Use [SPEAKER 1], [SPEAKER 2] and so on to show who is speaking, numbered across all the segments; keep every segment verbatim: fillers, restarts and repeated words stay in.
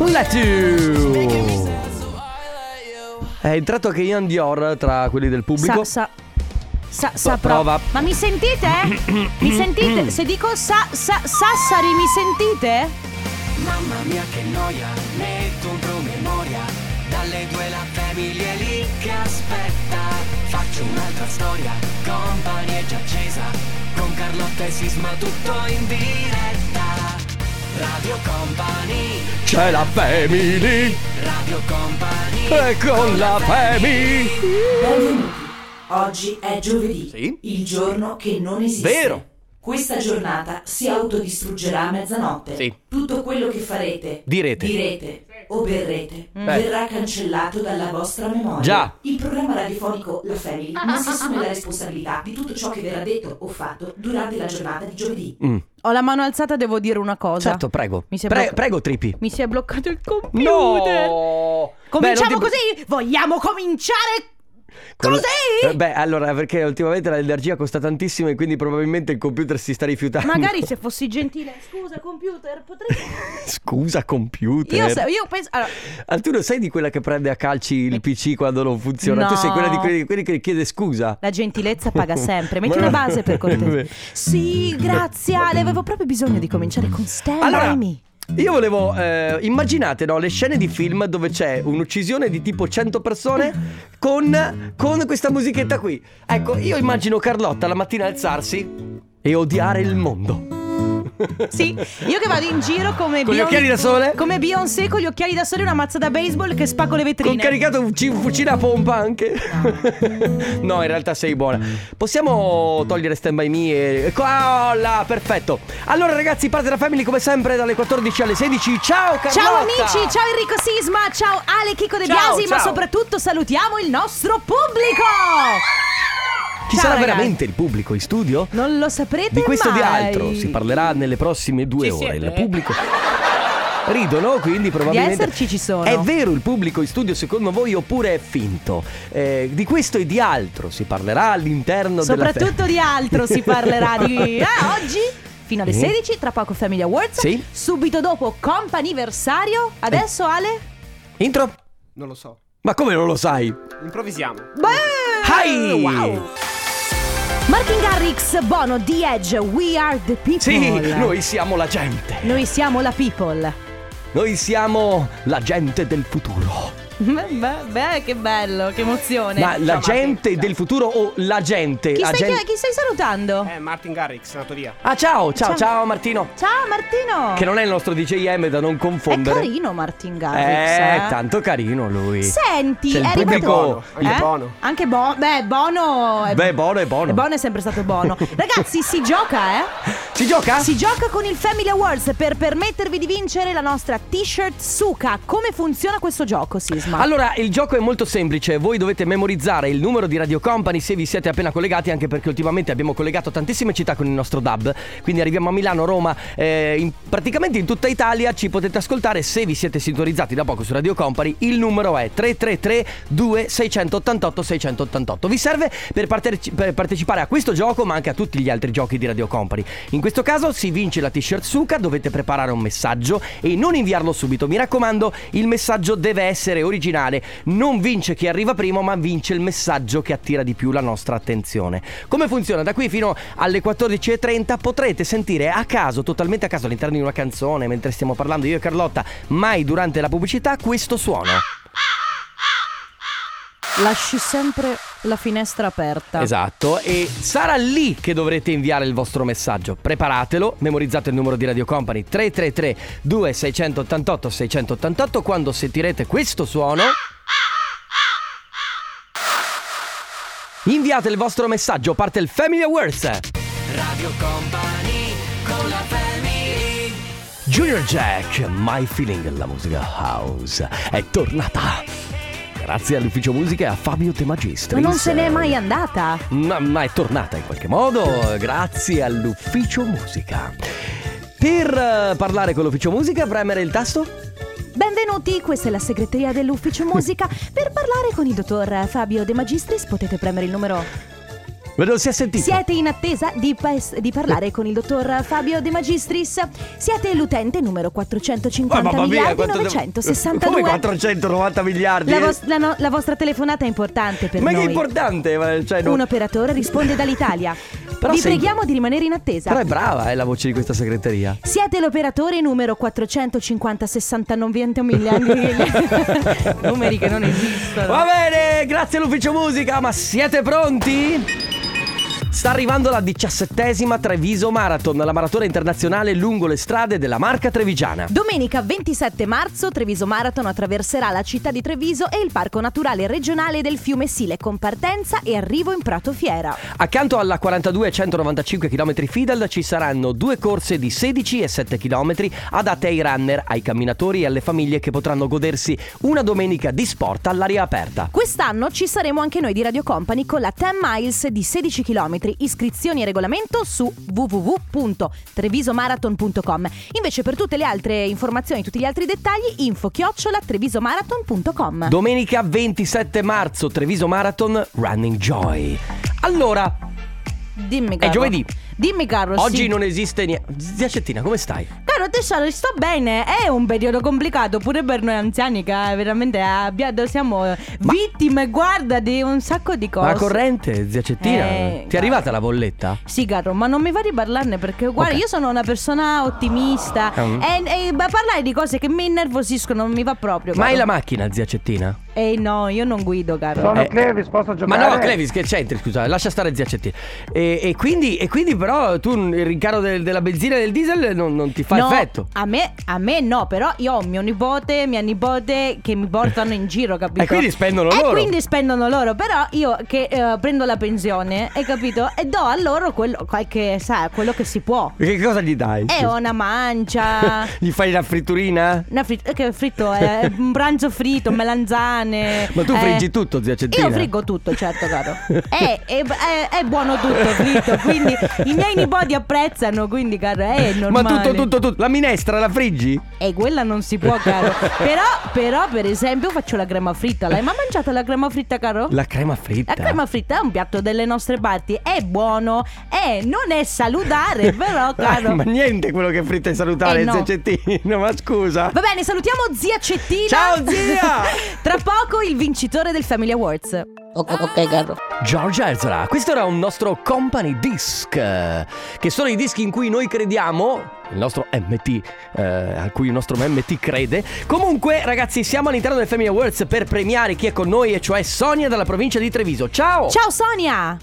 [SPEAKER 1] Let You. È entrato anche Ian Dior tra quelli del pubblico.
[SPEAKER 2] Sa, sa, sa, sa
[SPEAKER 1] prova.
[SPEAKER 2] Ma mi sentite? Mi sentite? Se dico sa, sa, Sassari, mi sentite?
[SPEAKER 3] Mamma mia che noia, metto un promemoria. Dalle due la famiglia è lì che aspetta. Faccio un'altra storia, Company è già accesa. Con Carlotta e Sisma tutto in diretta. Radio Company,
[SPEAKER 1] c'è la family.
[SPEAKER 3] Radio Company,
[SPEAKER 1] e con la family.
[SPEAKER 4] Benvenuti. Oggi è giovedì,
[SPEAKER 1] sì?
[SPEAKER 4] Il giorno che non esiste.
[SPEAKER 1] Vero.
[SPEAKER 4] Questa giornata si autodistruggerà a mezzanotte.
[SPEAKER 1] Sì.
[SPEAKER 4] Tutto quello che farete,
[SPEAKER 1] direte,
[SPEAKER 4] direte o berrete
[SPEAKER 1] mm.
[SPEAKER 4] verrà cancellato dalla vostra memoria.
[SPEAKER 1] Già.
[SPEAKER 4] Il programma radiofonico La Family non si assume la responsabilità di tutto ciò che verrà detto o fatto durante la giornata di giovedì.
[SPEAKER 1] Mm.
[SPEAKER 2] Ho la mano alzata, devo dire una cosa.
[SPEAKER 1] Certo, prego.
[SPEAKER 2] Mi si è
[SPEAKER 1] Pre-
[SPEAKER 2] blocca-
[SPEAKER 1] prego, Tripi.
[SPEAKER 2] Mi si è bloccato il computer.
[SPEAKER 1] No.
[SPEAKER 2] Cominciamo
[SPEAKER 1] Beh, ti...
[SPEAKER 2] così? Vogliamo cominciare
[SPEAKER 1] Con...
[SPEAKER 2] così?
[SPEAKER 1] Beh, allora, perché ultimamente l'energia costa tantissimo e quindi probabilmente il computer si sta rifiutando.
[SPEAKER 2] Magari se fossi gentile. Scusa computer, potrei...
[SPEAKER 1] Scusa computer.
[SPEAKER 2] Io, io penso... Allora...
[SPEAKER 1] Ah, tu non sei di quella che prende a calci il P C quando non funziona.
[SPEAKER 2] No.
[SPEAKER 1] Tu sei quella di quelli, quelli che chiede scusa.
[SPEAKER 2] La gentilezza paga sempre. Metti una base per cortesia. Sì, grazie Ale, avevo proprio bisogno di cominciare con Stand
[SPEAKER 1] Allora,
[SPEAKER 2] By Me.
[SPEAKER 1] Io volevo, eh, immaginate, no, le scene di film dove c'è un'uccisione di tipo cento persone con, con questa musichetta qui. Ecco, io immagino Carlotta la mattina alzarsi e odiare il mondo.
[SPEAKER 2] Sì, io che vado in giro come
[SPEAKER 1] con
[SPEAKER 2] Beyon-
[SPEAKER 1] gli occhiali da sole,
[SPEAKER 2] come Beyoncé con gli occhiali da sole e una mazza da baseball che spacco le vetrine.
[SPEAKER 1] con caricato un c- fucile a pompa anche. No, in realtà sei buona. Possiamo togliere Stand By Me e... Oh là, perfetto. Allora ragazzi, parte la Family come sempre dalle quattordici alle sedici. Ciao Carlotta.
[SPEAKER 2] Ciao amici, ciao Enrico Sisma, ciao Ale Chico De
[SPEAKER 1] Ciao,
[SPEAKER 2] Biasi,
[SPEAKER 1] ciao.
[SPEAKER 2] ma soprattutto salutiamo il nostro pubblico.
[SPEAKER 1] Ci
[SPEAKER 2] Ciao,
[SPEAKER 1] sarà
[SPEAKER 2] ragazzi.
[SPEAKER 1] veramente il pubblico in studio?
[SPEAKER 2] Non lo saprete
[SPEAKER 1] Di questo
[SPEAKER 2] mai.
[SPEAKER 1] e di altro si parlerà nelle prossime due
[SPEAKER 3] Ci
[SPEAKER 1] ore.
[SPEAKER 3] siete?
[SPEAKER 1] Il pubblico ridono, quindi probabilmente
[SPEAKER 2] Di esserci ci sono.
[SPEAKER 1] È vero il pubblico in studio secondo voi oppure è finto? Eh, di questo e di altro si parlerà all'interno
[SPEAKER 2] Soprattutto
[SPEAKER 1] della fe-
[SPEAKER 2] di altro si parlerà di ah, oggi fino alle sedici, tra poco Family Awards.
[SPEAKER 1] Sì.
[SPEAKER 2] Subito dopo comp'anniversario. Adesso Ale?
[SPEAKER 1] Intro?
[SPEAKER 3] Non lo so,
[SPEAKER 1] Ma come non lo sai?
[SPEAKER 3] improvvisiamo.
[SPEAKER 2] Beh!
[SPEAKER 1] Hi!
[SPEAKER 2] Wow! Martin Garrix, Bono, The Edge, We Are The People.
[SPEAKER 1] Sì, noi siamo la gente.
[SPEAKER 2] Noi siamo la people.
[SPEAKER 1] Noi siamo la gente del futuro.
[SPEAKER 2] Beh, beh, che bello, che emozione.
[SPEAKER 1] Ma la
[SPEAKER 3] Ciao,
[SPEAKER 1] gente
[SPEAKER 3] Martin.
[SPEAKER 1] del futuro o la gente?
[SPEAKER 2] Chi
[SPEAKER 1] La
[SPEAKER 2] stai,
[SPEAKER 1] gen-
[SPEAKER 2] chi, chi stai salutando?
[SPEAKER 3] Eh, Martin Garrix, è andato via.
[SPEAKER 1] Ah ciao, ciao,
[SPEAKER 2] Ciao.
[SPEAKER 1] ciao Martino.
[SPEAKER 2] Ciao Martino.
[SPEAKER 1] Che non è il nostro D J M da non
[SPEAKER 2] È
[SPEAKER 1] confondere.
[SPEAKER 2] carino Martin Garrix.
[SPEAKER 1] Eh,
[SPEAKER 2] eh.
[SPEAKER 1] tanto carino lui.
[SPEAKER 2] Senti,
[SPEAKER 1] C'è il
[SPEAKER 2] è
[SPEAKER 1] pubblico.
[SPEAKER 2] arrivato
[SPEAKER 3] Anche
[SPEAKER 2] eh?
[SPEAKER 3] Bono.
[SPEAKER 2] Anche Bono. Beh, Bono è...
[SPEAKER 1] Beh, Bono è Bono.
[SPEAKER 2] E Bono è sempre stato buono. Ragazzi, si gioca, eh?
[SPEAKER 1] Si gioca?
[SPEAKER 2] Si gioca con il Family Awards per permettervi di vincere la nostra t-shirt Suka. Come funziona questo gioco, Sisma?
[SPEAKER 1] Allora, il gioco è molto semplice. Voi dovete memorizzare il numero di Radio Company se vi siete appena collegati, anche perché ultimamente abbiamo collegato tantissime città con il nostro D A B. Quindi arriviamo a Milano, Roma, eh, in, praticamente in tutta Italia ci potete ascoltare. Se vi siete sintonizzati da poco su Radio Company, il numero è tre tre tre due sei otto otto sei otto otto. Vi serve per, parteci- per partecipare a questo gioco, ma anche a tutti gli altri giochi di Radio Company. In questo caso si vince la t-shirt Suka. Dovete preparare un messaggio e non inviarlo subito. Mi raccomando, il messaggio deve essere originale. Non vince chi arriva primo, ma vince il messaggio che attira di più la nostra attenzione. Come funziona? Da qui fino alle quattordici e trenta potrete sentire a caso, totalmente a caso, all'interno di una canzone, mentre stiamo parlando io e Carlotta, mai durante la pubblicità, questo suono.
[SPEAKER 2] Lasci sempre la finestra aperta.
[SPEAKER 1] Esatto, e sarà lì che dovrete inviare il vostro messaggio. Preparatelo, memorizzate il numero di Radio Company tre tre tre due sei otto otto sei otto otto. Quando sentirete questo suono, inviate il vostro messaggio, parte il Family Awards.
[SPEAKER 3] Radio Company con la Family.
[SPEAKER 1] Junior Jack, My Feeling, la musica house è tornata. Grazie all'ufficio musica e a Fabio De Magistris.
[SPEAKER 2] Ma non se n'è mai andata.
[SPEAKER 1] Ma, ma è tornata in qualche modo grazie all'ufficio musica. Per uh, parlare con l'ufficio musica, premere il tasto.
[SPEAKER 2] Benvenuti, questa è la segreteria dell'ufficio musica. Per parlare con il dottor Fabio De Magistris potete premere il numero
[SPEAKER 1] Ma non si è sentito.
[SPEAKER 2] Siete in attesa di, pa- di parlare con il dottor Fabio De Magistris? Siete l'utente numero quattrocentocinquanta
[SPEAKER 1] Oh, mamma mia,
[SPEAKER 2] miliardi
[SPEAKER 1] quanto
[SPEAKER 2] novecentosessantadue.
[SPEAKER 1] Come quattrocentonovanta miliardi?
[SPEAKER 2] La, vos- la, no- la vostra telefonata è importante per
[SPEAKER 1] Ma
[SPEAKER 2] noi.
[SPEAKER 1] che importante, ma, cioè, non...
[SPEAKER 2] Un operatore risponde dall'Italia.
[SPEAKER 1] Però
[SPEAKER 2] Vi
[SPEAKER 1] sei-
[SPEAKER 2] preghiamo di rimanere in attesa.
[SPEAKER 1] Però è brava, eh, la voce di questa segreteria.
[SPEAKER 2] Siete l'operatore numero quattrocentocinquanta sessanta novanta miliardi. Numeri che non esistono.
[SPEAKER 1] Va bene, grazie all'ufficio musica, ma siete pronti? Sta arrivando la diciassettesima Treviso Marathon, la maratona internazionale lungo le strade della Marca trevigiana.
[SPEAKER 2] Domenica ventisette marzo Treviso Marathon attraverserà la città di Treviso e il Parco Naturale Regionale del Fiume Sile, con partenza e arrivo in Prato Fiera.
[SPEAKER 1] Accanto alla quarantadue centonovantacinque chilometri Fidal ci saranno due corse di sedici e sette chilometri adatte ai runner, ai camminatori e alle famiglie che potranno godersi una domenica di sport all'aria aperta.
[SPEAKER 2] Quest'anno ci saremo anche noi di Radio Company con la dieci miles di sedici chilometri. Iscrizioni e regolamento su w w w punto trevisomarathon punto com. Invece per tutte le altre informazioni, tutti gli altri dettagli, info chiocciola trevisomarathon punto com.
[SPEAKER 1] Domenica ventisette marzo Treviso Marathon Running Joy. Allora,
[SPEAKER 2] Dimmi caro.
[SPEAKER 1] è giovedì.
[SPEAKER 2] Dimmi caro.
[SPEAKER 1] Oggi
[SPEAKER 2] sì.
[SPEAKER 1] non esiste niente. Zia Cettina, come stai?
[SPEAKER 2] Caro tesoro, sto bene. È un periodo complicato pure per noi anziani, che eh, veramente abbiamo, siamo vittime, guarda, di un sacco di cose.
[SPEAKER 1] Ma corrente, zia Cettina?
[SPEAKER 2] Eh,
[SPEAKER 1] Ti è arrivata la bolletta?
[SPEAKER 2] Sì, caro, ma non mi va di parlarne perché, guarda,
[SPEAKER 1] Ok.
[SPEAKER 2] io sono una persona ottimista
[SPEAKER 1] Mm.
[SPEAKER 2] e, e ma parlare di cose che mi innervosiscono non mi va proprio,
[SPEAKER 1] Ma hai
[SPEAKER 2] caro.
[SPEAKER 1] la macchina, zia Cettina?
[SPEAKER 2] Eh no, io non guido, caro.
[SPEAKER 5] Sono
[SPEAKER 1] Eh.
[SPEAKER 5] Clevis, posso giocare?
[SPEAKER 1] Ma no, Clevis, che c'entri, scusa, lascia stare zia Cettina. E, e quindi, e quindi però tu il rincaro del- della benzina e del diesel non, non ti fa
[SPEAKER 2] No,
[SPEAKER 1] effetto.
[SPEAKER 2] a me, a me no, però io ho mio nipote, mia nipote che mi portano in giro, capito?
[SPEAKER 1] E quindi spendono
[SPEAKER 2] E
[SPEAKER 1] loro.
[SPEAKER 2] quindi spendono loro, però io che eh, prendo la pensione, hai capito? E do a loro quello, qualche, sai, quello che si può.
[SPEAKER 1] Che cosa gli dai?
[SPEAKER 2] E ho una mancia.
[SPEAKER 1] Gli fai la fritturina?
[SPEAKER 2] Una frit- che fritto è un pranzo fritto, melanzane.
[SPEAKER 1] Ma tu
[SPEAKER 2] eh,
[SPEAKER 1] friggi tutto, zia Cettina?
[SPEAKER 2] Io friggo tutto, certo, caro. È, è, è, è buono tutto fritto, quindi i miei nipoti apprezzano, quindi, caro, è
[SPEAKER 1] Ma
[SPEAKER 2] normale.
[SPEAKER 1] tutto, tutto, tutto. La minestra la friggi?
[SPEAKER 2] E quella non si può, caro. Però, però, per esempio, faccio la crema fritta. L'hai mai mangiata la crema fritta, caro?
[SPEAKER 1] La crema fritta?
[SPEAKER 2] La crema fritta è un piatto delle nostre parti. È buono, è, non è salutare, però, caro.
[SPEAKER 1] Ah, ma niente quello che è fritto e salutare,
[SPEAKER 2] Eh, no.
[SPEAKER 1] zia Cettina, ma scusa.
[SPEAKER 2] Va bene, salutiamo zia Cettina.
[SPEAKER 1] Ciao, zia!
[SPEAKER 2] Tra poco il vincitore del Family Awards.
[SPEAKER 6] Ok, caro.
[SPEAKER 1] George Ezra, questo era un nostro company disc, eh, che sono i dischi in cui noi crediamo, il nostro M T, eh, a cui il nostro M T crede. Comunque, ragazzi, siamo all'interno del Family Awards per premiare chi è con noi, e cioè Sonia dalla provincia di Treviso. Ciao!
[SPEAKER 2] Ciao Sonia.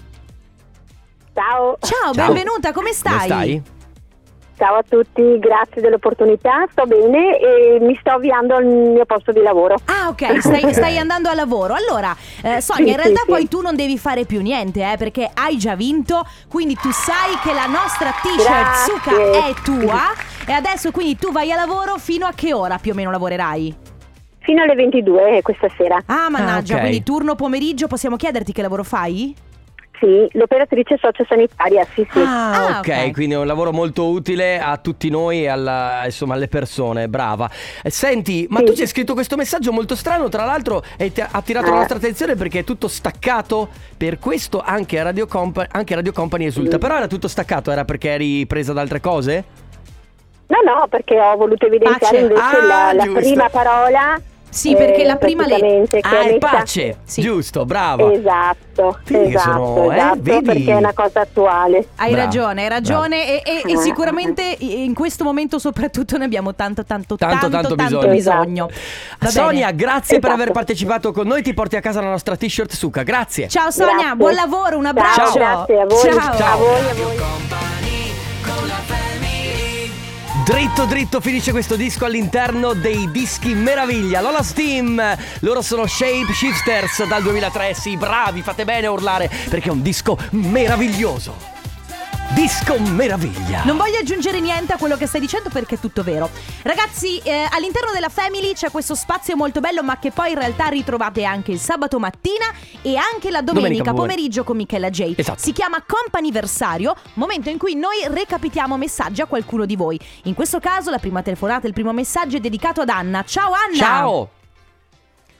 [SPEAKER 6] Ciao.
[SPEAKER 2] Ciao,
[SPEAKER 1] Ciao.
[SPEAKER 2] benvenuta, come stai?
[SPEAKER 1] Come stai?
[SPEAKER 6] Ciao a tutti, grazie dell'opportunità, sto bene e mi sto avviando al mio posto di lavoro.
[SPEAKER 2] Ah, ok, stai, stai andando a lavoro. Allora, eh, Sonia,
[SPEAKER 6] Sì,
[SPEAKER 2] in realtà
[SPEAKER 6] sì,
[SPEAKER 2] poi
[SPEAKER 6] sì.
[SPEAKER 2] tu non devi fare più niente, eh, perché hai già vinto. Quindi tu sai che la nostra t-shirt
[SPEAKER 6] Grazie.
[SPEAKER 2] Suka è tua. E adesso quindi tu vai a lavoro fino a che ora più o meno lavorerai?
[SPEAKER 6] Fino alle ventidue questa sera.
[SPEAKER 2] Ah, mannaggia,
[SPEAKER 1] Ah, ok.
[SPEAKER 2] quindi turno pomeriggio, possiamo chiederti che lavoro fai?
[SPEAKER 6] Sì, l'operatrice sociosanitaria, sì sì.
[SPEAKER 1] Ah,
[SPEAKER 2] Ah,
[SPEAKER 1] ok,
[SPEAKER 2] ok.
[SPEAKER 1] quindi è un lavoro molto utile a tutti noi e alla, insomma, alle persone, brava. Eh, Senti, ma
[SPEAKER 6] Sì.
[SPEAKER 1] tu ci hai scritto questo messaggio molto strano, tra l'altro e ti ha attirato la
[SPEAKER 6] Eh.
[SPEAKER 1] nostra attenzione perché è tutto staccato, per questo anche a Radio, Compa- anche Radio Company esulta, però era tutto staccato, era perché eri presa da altre cose?
[SPEAKER 6] No, no, perché ho voluto evidenziare
[SPEAKER 2] Pace.
[SPEAKER 6] invece
[SPEAKER 1] Ah,
[SPEAKER 6] la, la
[SPEAKER 1] giusto.
[SPEAKER 6] prima parola.
[SPEAKER 2] Sì, perché
[SPEAKER 6] eh,
[SPEAKER 2] la prima le-
[SPEAKER 6] praticamente, che
[SPEAKER 1] Ah,
[SPEAKER 6] è
[SPEAKER 1] è
[SPEAKER 6] messa-
[SPEAKER 1] pace,
[SPEAKER 2] Sì.
[SPEAKER 1] giusto, brava.
[SPEAKER 6] Esatto,
[SPEAKER 1] Vedi che
[SPEAKER 6] esatto,
[SPEAKER 1] sono, eh,
[SPEAKER 6] esatto,
[SPEAKER 1] vedi?
[SPEAKER 6] perché è una cosa attuale.
[SPEAKER 2] Hai
[SPEAKER 1] Brava,
[SPEAKER 2] ragione, hai ragione e, e- e
[SPEAKER 6] brava.
[SPEAKER 2] sicuramente in questo momento soprattutto ne abbiamo tanto tanto tanto
[SPEAKER 1] Tanto,
[SPEAKER 2] tanto,
[SPEAKER 1] tanto
[SPEAKER 2] bisogno.
[SPEAKER 6] bisogno.
[SPEAKER 2] Va
[SPEAKER 1] Sonia,
[SPEAKER 2] bene.
[SPEAKER 1] grazie per
[SPEAKER 6] Esatto.
[SPEAKER 1] aver partecipato con noi, ti porti a casa la nostra t-shirt Suka, grazie.
[SPEAKER 2] Ciao Sonia,
[SPEAKER 6] Grazie.
[SPEAKER 2] buon lavoro, un abbraccio.
[SPEAKER 6] Ciao, grazie a voi.
[SPEAKER 2] Ciao.
[SPEAKER 1] Ciao.
[SPEAKER 6] A voi, a voi.
[SPEAKER 3] Company con la family.
[SPEAKER 1] Dritto dritto finisce questo disco all'interno dei dischi meraviglia. Lola Steam, loro sono Shape Shifters dal duemilatré. Sì, bravi, fate bene a urlare perché è un disco meraviglioso. Disco meraviglia.
[SPEAKER 2] Non voglio aggiungere niente a quello che stai dicendo perché è tutto vero. Ragazzi, eh, all'interno della Family c'è questo spazio molto bello, ma che poi in realtà ritrovate anche il sabato mattina e anche la domenica,
[SPEAKER 1] Domenica
[SPEAKER 2] pomeriggio con Michela J.
[SPEAKER 1] Esatto.
[SPEAKER 2] Si chiama Comp'anniversario, momento in cui noi recapitiamo messaggi a qualcuno di voi. In questo caso la prima telefonata, il primo messaggio è dedicato ad Anna. Ciao Anna.
[SPEAKER 1] Ciao.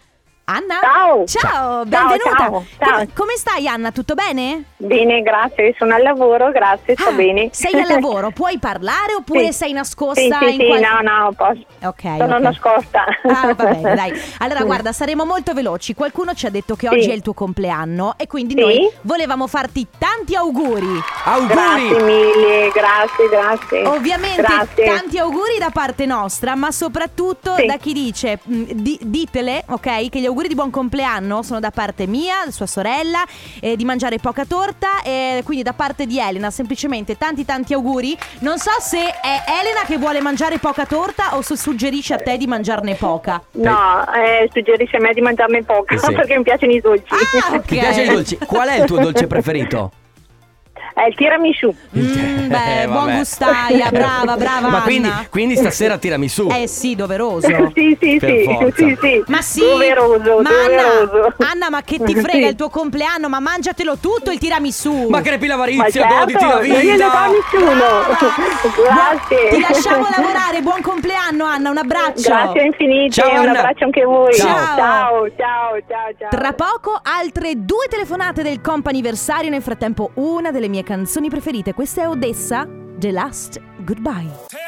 [SPEAKER 2] Anna?
[SPEAKER 6] Ciao.
[SPEAKER 2] Ciao, benvenuta.
[SPEAKER 6] Ciao, ciao.
[SPEAKER 2] Come, come stai Anna? Tutto bene?
[SPEAKER 6] Bene, grazie. Sono al lavoro, grazie, sto
[SPEAKER 2] Ah,
[SPEAKER 6] bene.
[SPEAKER 2] sei al lavoro, puoi parlare oppure
[SPEAKER 6] Sì.
[SPEAKER 2] sei nascosta
[SPEAKER 6] Sì, sì,
[SPEAKER 2] in
[SPEAKER 6] sì,
[SPEAKER 2] qual-
[SPEAKER 6] no, no, posso.
[SPEAKER 2] Ok,
[SPEAKER 6] Sono
[SPEAKER 2] ok.
[SPEAKER 6] nascosta.
[SPEAKER 2] Ah, va bene, dai. Allora,
[SPEAKER 6] Sì.
[SPEAKER 2] guarda, saremo molto veloci. Qualcuno ci ha detto che
[SPEAKER 6] Sì.
[SPEAKER 2] oggi è il tuo compleanno e quindi
[SPEAKER 6] Sì.
[SPEAKER 2] noi volevamo farti tanti auguri.
[SPEAKER 1] Auguri!
[SPEAKER 6] Grazie mille, grazie, grazie.
[SPEAKER 2] Ovviamente
[SPEAKER 6] Grazie.
[SPEAKER 2] tanti auguri da parte nostra, ma soprattutto
[SPEAKER 6] Sì.
[SPEAKER 2] da chi dice mh, di- ditele, ok, che gli auguri di buon compleanno sono da parte mia, sua sorella, eh, di mangiare poca torta, e quindi da parte di Elena semplicemente tanti tanti auguri. Non so se è Elena che vuole mangiare poca torta o se suggerisce a te di mangiarne poca.
[SPEAKER 6] No, eh, suggerisce a me di mangiarne poca
[SPEAKER 1] Sì.
[SPEAKER 6] perché mi piacciono i dolci.
[SPEAKER 2] Ah, ok.
[SPEAKER 1] Ti piace i dolci? Qual è il tuo dolce preferito?
[SPEAKER 6] È il tiramisù.
[SPEAKER 2] Mm, beh,
[SPEAKER 1] Eh,
[SPEAKER 2] buon
[SPEAKER 1] vabbè.
[SPEAKER 2] gustaia, brava, brava
[SPEAKER 1] Ma
[SPEAKER 2] Anna.
[SPEAKER 1] quindi, quindi stasera tirami su.
[SPEAKER 2] Eh sì, doveroso.
[SPEAKER 6] Sì, sì,
[SPEAKER 1] Per
[SPEAKER 6] sì,
[SPEAKER 1] forza.
[SPEAKER 6] sì, sì.
[SPEAKER 2] Ma sì,
[SPEAKER 6] Doveroso,
[SPEAKER 2] ma
[SPEAKER 6] doveroso.
[SPEAKER 2] Anna, Anna, ma che ti frega
[SPEAKER 6] Sì.
[SPEAKER 2] il tuo compleanno? Ma mangiatelo tutto il tiramisù.
[SPEAKER 1] Ma crepi
[SPEAKER 6] Ma
[SPEAKER 1] l'avarizia,
[SPEAKER 6] certo,
[SPEAKER 1] goditi la
[SPEAKER 6] non gliene
[SPEAKER 1] vita.
[SPEAKER 6] fa nessuno. Grazie.
[SPEAKER 2] Ti lasciamo lavorare, buon compleanno Anna, un abbraccio.
[SPEAKER 6] Grazie infinite,
[SPEAKER 1] Ciao,
[SPEAKER 6] un
[SPEAKER 1] Anna.
[SPEAKER 6] abbraccio anche a voi.
[SPEAKER 1] Ciao.
[SPEAKER 6] ciao, ciao, ciao, ciao.
[SPEAKER 2] Tra poco altre due telefonate del comp'anniversario. Nel frattempo una delle mie canzoni preferite. Questa è Odessa, The Last Goodbye.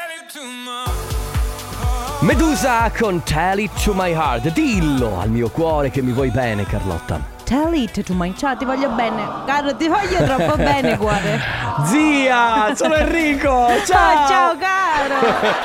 [SPEAKER 1] Medusa con Tell It To My Heart. Dillo al mio cuore che mi vuoi bene, Carlotta.
[SPEAKER 2] Tell it to my ciao, ti voglio bene. Caro, ti voglio troppo bene, cuore.
[SPEAKER 1] Zia, sono Enrico. Ciao.
[SPEAKER 2] Ciao, ciao caro.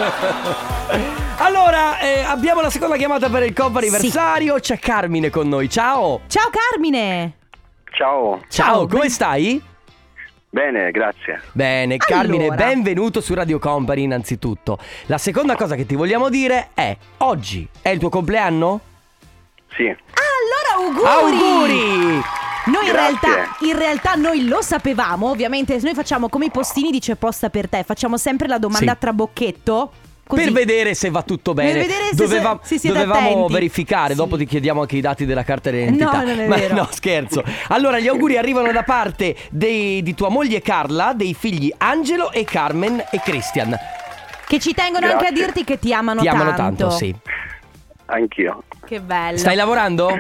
[SPEAKER 1] Allora, eh, abbiamo la seconda chiamata per il comp'anniversario. C'è Carmine con noi. Ciao.
[SPEAKER 2] Ciao Carmine.
[SPEAKER 5] Ciao,
[SPEAKER 1] Ciao,
[SPEAKER 2] Ciao,
[SPEAKER 1] come
[SPEAKER 2] ben-
[SPEAKER 1] stai?
[SPEAKER 5] bene, grazie.
[SPEAKER 1] Bene, Carmine,
[SPEAKER 2] Allora.
[SPEAKER 1] benvenuto su Radio Company innanzitutto. La seconda cosa che ti vogliamo dire è: oggi è il tuo compleanno?
[SPEAKER 5] Sì,
[SPEAKER 2] Ah, allora auguri.
[SPEAKER 1] Auguri!
[SPEAKER 2] Noi in
[SPEAKER 5] Grazie.
[SPEAKER 2] realtà, in realtà noi lo sapevamo, ovviamente noi facciamo come i postini di C'è posta per te, facciamo sempre la domanda
[SPEAKER 1] Sì.
[SPEAKER 2] a trabocchetto. Così.
[SPEAKER 1] Per vedere se va tutto bene.
[SPEAKER 2] Per vedere se
[SPEAKER 1] Doveva-
[SPEAKER 2] se- se siete
[SPEAKER 1] dovevamo
[SPEAKER 2] attenti.
[SPEAKER 1] verificare.
[SPEAKER 2] Sì.
[SPEAKER 1] Dopo ti chiediamo anche i dati della carta d'identità.
[SPEAKER 2] No, non è
[SPEAKER 1] Ma
[SPEAKER 2] vero.
[SPEAKER 1] no, scherzo. Allora, gli auguri arrivano da parte dei- di tua moglie Carla, dei figli Angelo e Carmen e Christian.
[SPEAKER 2] Che ci tengono
[SPEAKER 5] Grazie.
[SPEAKER 2] anche a dirti che ti amano
[SPEAKER 1] Ti
[SPEAKER 2] tanto.
[SPEAKER 1] amano tanto, sì.
[SPEAKER 5] anch'io.
[SPEAKER 2] Che bello.
[SPEAKER 1] Stai lavorando?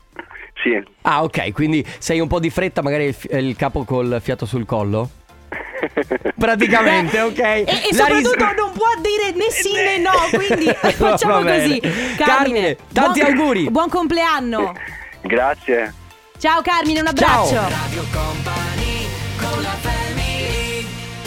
[SPEAKER 5] Sì,
[SPEAKER 1] Ah, ok, quindi sei un po' di fretta, magari il, fi- il capo col fiato sul collo? Praticamente, ok.
[SPEAKER 2] E, e
[SPEAKER 1] La
[SPEAKER 2] soprattutto
[SPEAKER 1] ris-
[SPEAKER 2] non può dire né sì né no, quindi
[SPEAKER 1] Va
[SPEAKER 2] facciamo
[SPEAKER 1] bene.
[SPEAKER 2] così.
[SPEAKER 1] Carmine, tanti
[SPEAKER 2] buon-
[SPEAKER 1] auguri.
[SPEAKER 2] Buon compleanno.
[SPEAKER 5] grazie.
[SPEAKER 2] Ciao Carmine, un
[SPEAKER 1] Ciao.
[SPEAKER 2] abbraccio.
[SPEAKER 3] Radio Company con la family.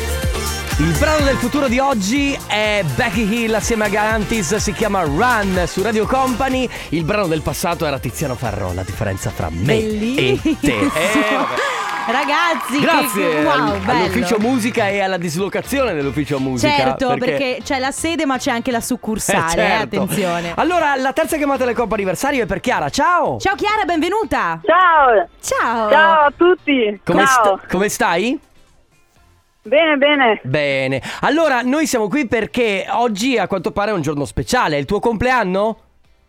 [SPEAKER 1] Il brano del futuro di oggi è Becky Hill assieme a Galantis, si chiama Run su Radio Company. Il brano del passato era Tiziano Ferro, la differenza fra me
[SPEAKER 2] Bellissimo.
[SPEAKER 1] e te. Eh, vabbè.
[SPEAKER 2] Ragazzi,
[SPEAKER 1] Grazie
[SPEAKER 2] che, wow,
[SPEAKER 1] al-
[SPEAKER 2] bello.
[SPEAKER 1] all'ufficio musica e alla dislocazione dell'ufficio musica.
[SPEAKER 2] Certo, perché... c'è la sede ma c'è anche la succursale,
[SPEAKER 1] Eh, certo.
[SPEAKER 2] eh, attenzione.
[SPEAKER 1] Allora, la terza chiamata del comp'anniversario è per Chiara. Ciao.
[SPEAKER 2] Ciao Chiara, benvenuta.
[SPEAKER 6] Ciao,
[SPEAKER 2] Ciao.
[SPEAKER 6] ciao a tutti.
[SPEAKER 1] Come,
[SPEAKER 6] ciao.
[SPEAKER 1] sta- come stai?
[SPEAKER 6] Bene, bene.
[SPEAKER 1] Bene. Allora, noi siamo qui perché oggi a quanto pare è un giorno speciale. È il tuo compleanno?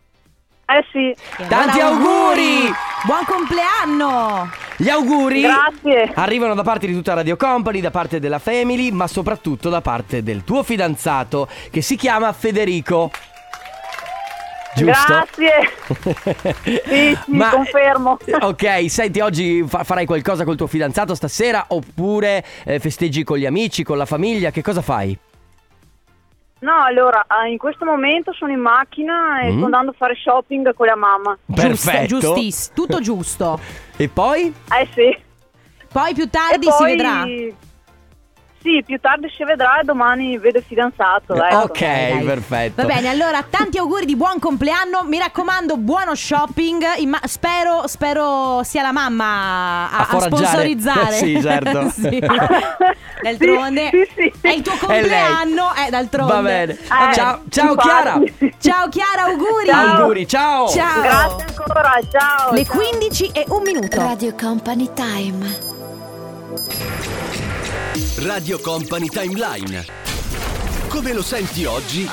[SPEAKER 6] Eh sì,
[SPEAKER 2] E
[SPEAKER 1] Tanti
[SPEAKER 2] allora
[SPEAKER 1] auguri!
[SPEAKER 2] Buon compleanno.
[SPEAKER 1] Gli auguri
[SPEAKER 6] grazie.
[SPEAKER 1] arrivano da parte di tutta Radio Company, da parte della Family, ma soprattutto da parte del tuo fidanzato che si chiama Federico. Giusto?
[SPEAKER 6] Grazie. Sì, sì,
[SPEAKER 1] Ma-
[SPEAKER 6] confermo.
[SPEAKER 1] Ok, senti, oggi fa- farai qualcosa col tuo fidanzato stasera oppure eh, festeggi con gli amici, con la famiglia? Che cosa fai?
[SPEAKER 6] No, allora, ah, in questo momento sono in macchina e
[SPEAKER 1] Mm.
[SPEAKER 6] sto andando a fare shopping con la mamma.
[SPEAKER 1] Perfetto.
[SPEAKER 2] Giustissimo, tutto giusto.
[SPEAKER 1] E poi?
[SPEAKER 6] Eh sì.
[SPEAKER 2] Poi più
[SPEAKER 6] E
[SPEAKER 2] tardi
[SPEAKER 6] poi...
[SPEAKER 2] si vedrà.
[SPEAKER 6] Sì, più tardi si vedrà e domani vedo il fidanzato. Ecco.
[SPEAKER 1] Ok,
[SPEAKER 2] Dai.
[SPEAKER 1] perfetto.
[SPEAKER 2] Va bene, allora tanti auguri di buon compleanno. Mi raccomando, buono shopping. Imma- spero, spero sia la mamma a,
[SPEAKER 1] A
[SPEAKER 2] a
[SPEAKER 1] foraggiare.
[SPEAKER 2] sponsorizzare.
[SPEAKER 1] Sì, certo.
[SPEAKER 2] Sì. D'altronde
[SPEAKER 6] Sì, sì, sì.
[SPEAKER 2] è il tuo
[SPEAKER 1] È lei.
[SPEAKER 2] compleanno. Eh, d'altronde.
[SPEAKER 1] Va bene.
[SPEAKER 6] Eh,
[SPEAKER 1] ciao, ciao
[SPEAKER 6] infatti.
[SPEAKER 1] Chiara.
[SPEAKER 2] Ciao Chiara, auguri.
[SPEAKER 1] Auguri, ciao.
[SPEAKER 2] Ciao.
[SPEAKER 6] Grazie ancora, ciao.
[SPEAKER 2] Le
[SPEAKER 6] ciao.
[SPEAKER 2] quindici e un minuto.
[SPEAKER 7] Radio Company Time.
[SPEAKER 8] Radio Company Timeline. Come lo senti oggi?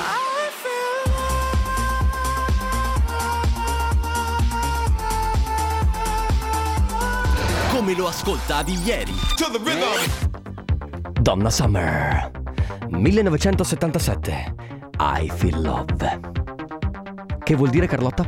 [SPEAKER 8] Come lo ascoltavi ieri?
[SPEAKER 1] Donna Summer, millenovecentosettantasette. I Feel Love. Che vuol dire, Carlotta?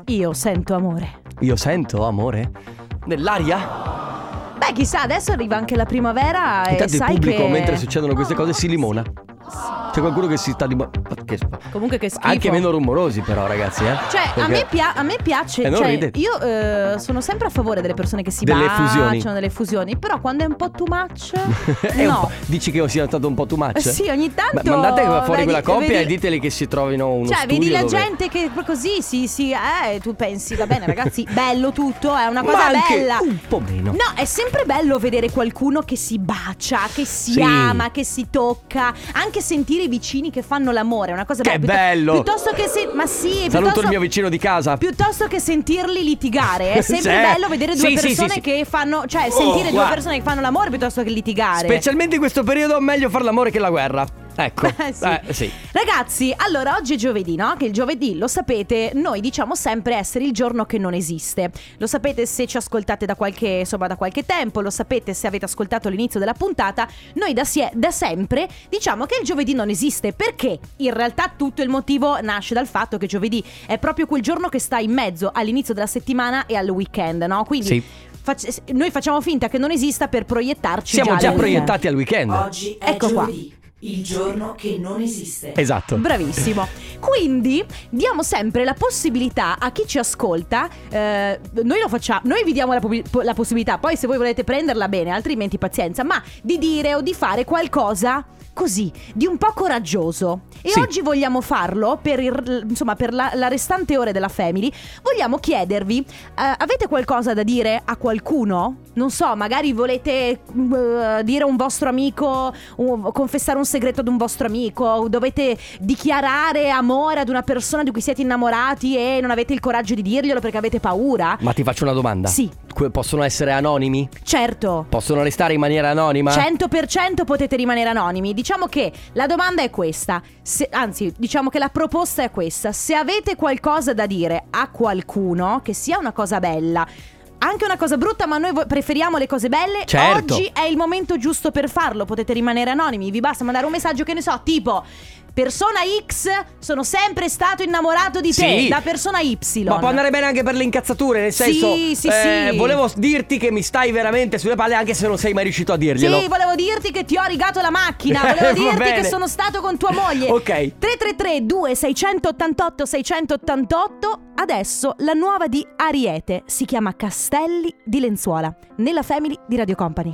[SPEAKER 2] Io sento amore.
[SPEAKER 1] Io sento amore? Nell'aria?
[SPEAKER 2] Beh, chissà, adesso arriva anche la primavera e
[SPEAKER 1] Intanto il
[SPEAKER 2] sai
[SPEAKER 1] pubblico,
[SPEAKER 2] che...
[SPEAKER 1] mentre succedono queste cose, si limona. C'è qualcuno che si sta di... Che...
[SPEAKER 2] Comunque che schifo.
[SPEAKER 1] Anche meno rumorosi però, ragazzi, eh?
[SPEAKER 2] Cioè,
[SPEAKER 1] Perché...
[SPEAKER 2] a, me pia- a me piace.
[SPEAKER 1] Eh, non
[SPEAKER 2] cioè,
[SPEAKER 1] ride.
[SPEAKER 2] io eh, sono sempre a favore delle persone che si
[SPEAKER 1] Delle
[SPEAKER 2] baciano,
[SPEAKER 1] fusioni.
[SPEAKER 2] delle fusioni. Però quando è un po' too much,
[SPEAKER 1] È un
[SPEAKER 2] no.
[SPEAKER 1] po'... Dici che sia stato un po' too much?
[SPEAKER 2] Eh sì, ogni tanto.
[SPEAKER 1] Ma mandate fuori
[SPEAKER 2] vedi-
[SPEAKER 1] quella coppia
[SPEAKER 2] vedi-
[SPEAKER 1] e diteli che si trovino uno
[SPEAKER 2] Cioè,
[SPEAKER 1] studio
[SPEAKER 2] vedi la
[SPEAKER 1] dove...
[SPEAKER 2] gente che così si, si eh, tu pensi, va bene, ragazzi, bello tutto, è una cosa
[SPEAKER 1] Ma anche
[SPEAKER 2] bella.
[SPEAKER 1] un po' meno.
[SPEAKER 2] No, è sempre bello vedere qualcuno che si bacia, che si
[SPEAKER 1] Sì.
[SPEAKER 2] ama, che si tocca. Anche sentire i vicini che fanno l'amore, è una cosa
[SPEAKER 1] Che
[SPEAKER 2] bella. Piuttosto-
[SPEAKER 1] bello!
[SPEAKER 2] Piuttosto che se- ma sì,
[SPEAKER 1] Saluto
[SPEAKER 2] piuttosto-
[SPEAKER 1] il mio vicino di casa.
[SPEAKER 2] Piuttosto che sentirli litigare. È sempre
[SPEAKER 1] Sì.
[SPEAKER 2] bello vedere due
[SPEAKER 1] Sì, sì,
[SPEAKER 2] persone
[SPEAKER 1] sì, sì.
[SPEAKER 2] che fanno. Cioè, sentire due
[SPEAKER 1] guarda.
[SPEAKER 2] persone che fanno l'amore piuttosto che litigare.
[SPEAKER 1] Specialmente in questo periodo meglio fare l'amore che la guerra. Ecco.
[SPEAKER 2] Eh, sì.
[SPEAKER 1] Eh, sì.
[SPEAKER 2] Ragazzi, allora oggi è giovedì, no? Che il giovedì, lo sapete, noi diciamo sempre essere il giorno che non esiste. Lo sapete se ci ascoltate da qualche, insomma, da qualche tempo, lo sapete se avete ascoltato l'inizio della puntata. Noi da, sie- da sempre diciamo che il giovedì non esiste, perché in realtà tutto il motivo nasce dal fatto che giovedì è proprio quel giorno che sta in mezzo all'inizio della settimana e al weekend, no? Quindi
[SPEAKER 1] Sì.
[SPEAKER 2] fac- noi facciamo finta che non esista per proiettarci.
[SPEAKER 1] Siamo già
[SPEAKER 2] al weekend.
[SPEAKER 1] proiettati al weekend.
[SPEAKER 4] Oggi è
[SPEAKER 2] Ecco qua.
[SPEAKER 4] giovedì, il giorno che non esiste.
[SPEAKER 1] Esatto.
[SPEAKER 2] Bravissimo. Quindi diamo sempre la possibilità a chi ci ascolta, eh, noi lo facciamo, noi vi diamo la, pobi- la possibilità, poi se voi volete prenderla bene, altrimenti pazienza, ma di dire o di fare qualcosa così, di un po' coraggioso. E
[SPEAKER 1] Sì.
[SPEAKER 2] oggi vogliamo farlo per il, insomma, per la, la restante ore della Family. Vogliamo chiedervi, eh, avete qualcosa da dire a qualcuno? Non so, magari volete eh, dire a un vostro amico, un- confessare un segreto ad un vostro amico, dovete dichiarare amore ad una persona di cui siete innamorati e non avete il coraggio di dirglielo perché avete paura?
[SPEAKER 1] Ma ti faccio una domanda.
[SPEAKER 2] Sì.
[SPEAKER 1] Que- Possono essere anonimi?
[SPEAKER 2] Certo.
[SPEAKER 1] Possono restare in maniera anonima?
[SPEAKER 2] cento per cento potete rimanere anonimi. Diciamo che la domanda è questa, se, anzi diciamo che la proposta è questa: se avete qualcosa da dire a qualcuno, che sia una cosa bella, anche una cosa brutta, ma noi vo- preferiamo le cose belle,
[SPEAKER 1] Certo.
[SPEAKER 2] oggi è il momento giusto per farlo. Potete rimanere anonimi, vi basta mandare un messaggio, che ne so, tipo: persona X, sono sempre stato innamorato di te.
[SPEAKER 1] Sì.
[SPEAKER 2] Da persona Y.
[SPEAKER 1] Ma può andare bene anche per le incazzature, nel
[SPEAKER 2] Sì,
[SPEAKER 1] senso
[SPEAKER 2] sì,
[SPEAKER 1] eh,
[SPEAKER 2] sì.
[SPEAKER 1] volevo dirti che mi stai veramente sulle palle, anche se non sei mai riuscito a dirglielo.
[SPEAKER 2] Sì, volevo dirti che ti ho rigato la macchina.
[SPEAKER 1] Va
[SPEAKER 2] Volevo dirti
[SPEAKER 1] bene.
[SPEAKER 2] che sono stato con tua moglie.
[SPEAKER 1] Ok.
[SPEAKER 2] tre tre tre due sei otto otto sei otto otto. Adesso la nuova di Ariete si chiama Castelli di Lenzuola, nella Family di Radio Company.